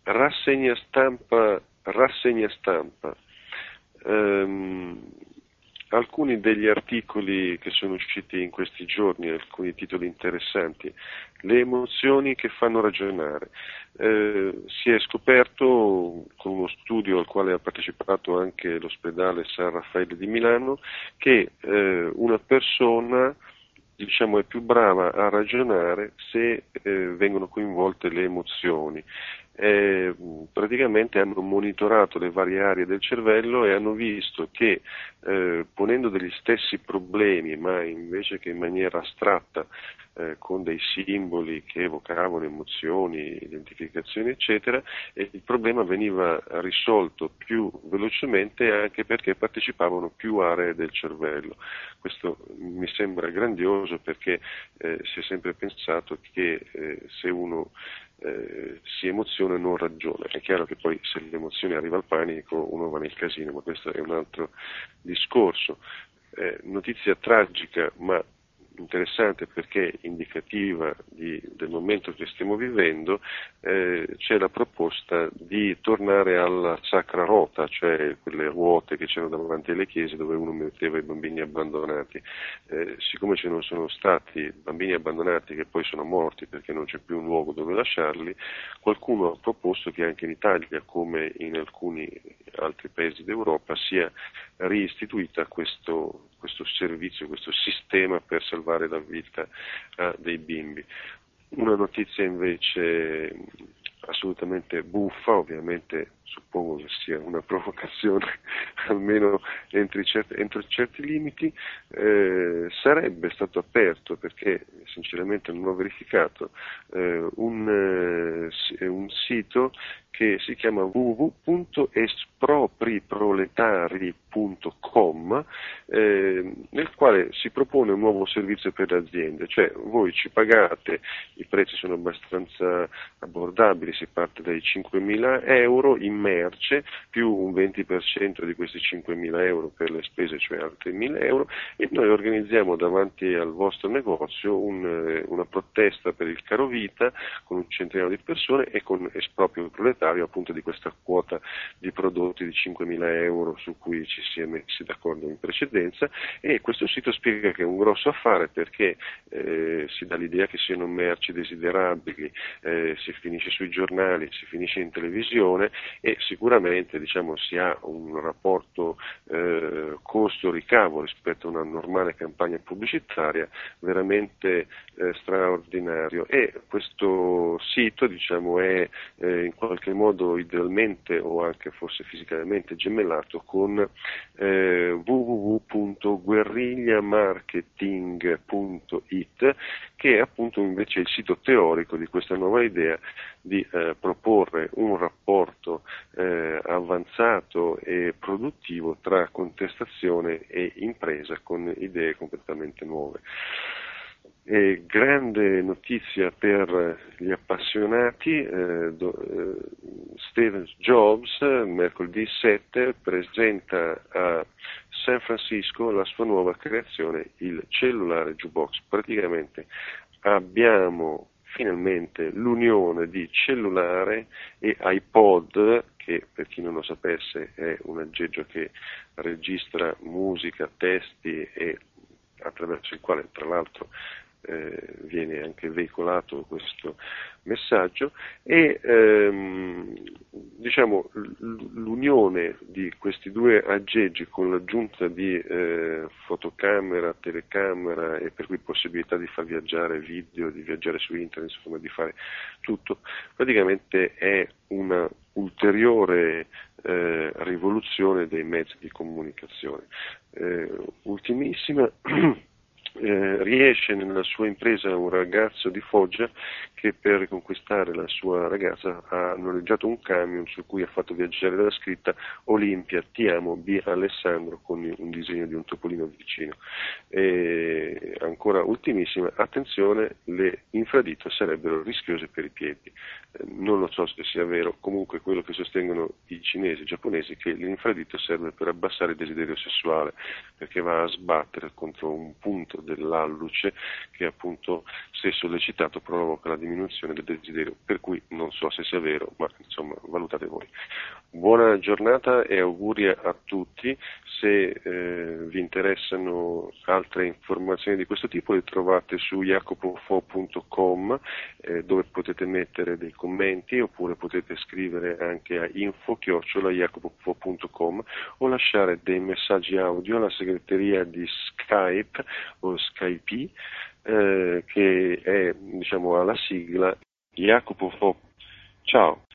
rassegna stampa. Alcuni degli articoli che sono usciti in questi giorni, alcuni titoli interessanti, le emozioni che fanno ragionare. Si è scoperto, con uno studio al quale ha partecipato anche l'ospedale San Raffaele di Milano, che una persona, diciamo, è più brava a ragionare se vengono coinvolte le emozioni. Praticamente hanno monitorato le varie aree del cervello e hanno visto che ponendo degli stessi problemi, ma invece che in maniera astratta, con dei simboli che evocavano emozioni, identificazioni, eccetera, e il problema veniva risolto più velocemente anche perché partecipavano più aree del cervello. Questo mi sembra grandioso perché si è sempre pensato che se uno si emoziona non ragiona. È chiaro che poi se l'emozione arriva al panico uno va nel casino, ma questo è un altro discorso. Notizia tragica ma interessante perché indicativa del momento che stiamo vivendo, c'è la proposta di tornare alla sacra rota, cioè quelle ruote che c'erano davanti alle chiese dove uno metteva i bambini abbandonati. Siccome ce ne sono stati bambini abbandonati che poi sono morti perché non c'è più un luogo dove lasciarli, qualcuno ha proposto che anche in Italia, come in alcuni altri paesi d'Europa, sia reistituita questo servizio, questo sistema per salvare la vita a dei bimbi. Una notizia invece assolutamente buffa, ovviamente suppongo che sia una provocazione, almeno entro certi limiti, sarebbe stato aperto, perché sinceramente non ho verificato, un sito che si chiama www.espropriproletari.com, nel quale si propone un nuovo servizio per le aziende, cioè voi ci pagate, i prezzi sono abbastanza abbordabili, si parte dai 5.000 euro in merce, più un 20% di questi 5.000 euro per le spese, cioè altri 1.000 euro, e noi organizziamo davanti al vostro negozio una protesta per il caro vita con un centinaio di persone e con esproprio proletario appunto di questa quota di prodotti di 5.000 euro su cui ci si è messi d'accordo in precedenza. E questo sito spiega che è un grosso affare perché si dà l'idea che siano merci desiderabili, si finisce sui giornali, si finisce in televisione e sicuramente, diciamo, si ha un rapporto costo-ricavo rispetto a una normale campagna pubblicitaria veramente straordinario. E questo sito, diciamo, è in qualche modo idealmente o anche forse fisicamente gemellato con www.guerrigliamarketing.it, che è appunto invece il sito teorico di questa nuova idea di proporre un rapporto avanzato e produttivo tra contestazione e impresa con idee completamente nuove. Grande notizia per gli appassionati, Steve Jobs mercoledì 7 presenta a San Francisco la sua nuova creazione, il cellulare jukebox. Praticamente abbiamo finalmente l'unione di cellulare e iPod, che per chi non lo sapesse è un aggeggio che registra musica, testi e attraverso il quale tra l'altro viene anche veicolato questo messaggio, e diciamo l'unione di questi due aggeggi con l'aggiunta di fotocamera, telecamera e per cui possibilità di far viaggiare video, di viaggiare su internet, insomma di fare tutto, praticamente è una ulteriore rivoluzione dei mezzi di comunicazione. Ultimissima riesce nella sua impresa un ragazzo di Foggia che per conquistare la sua ragazza ha noleggiato un camion su cui ha fatto viaggiare la scritta Olimpia, ti amo, B. Alessandro, con un disegno di un topolino vicino. E ancora ultimissima, attenzione, le infradito sarebbero rischiose per i piedi. Non lo so se sia vero, comunque quello che sostengono i cinesi e i giapponesi, che l'infradito serve per abbassare il desiderio sessuale, perché va a sbattere contro un punto dell'alluce che appunto, se sollecitato, provoca la diminuzione del desiderio, per cui non so se sia vero, ma insomma valutate voi. Buona giornata e auguri a tutti. Se vi interessano altre informazioni di questo tipo le trovate su jacopofo.com, dove potete mettere dei commenti, oppure potete scrivere anche a info@jacopofo.com o lasciare dei messaggi audio alla segreteria di Skype o Skype, che è, diciamo, alla sigla Jacopo Fo. Ciao.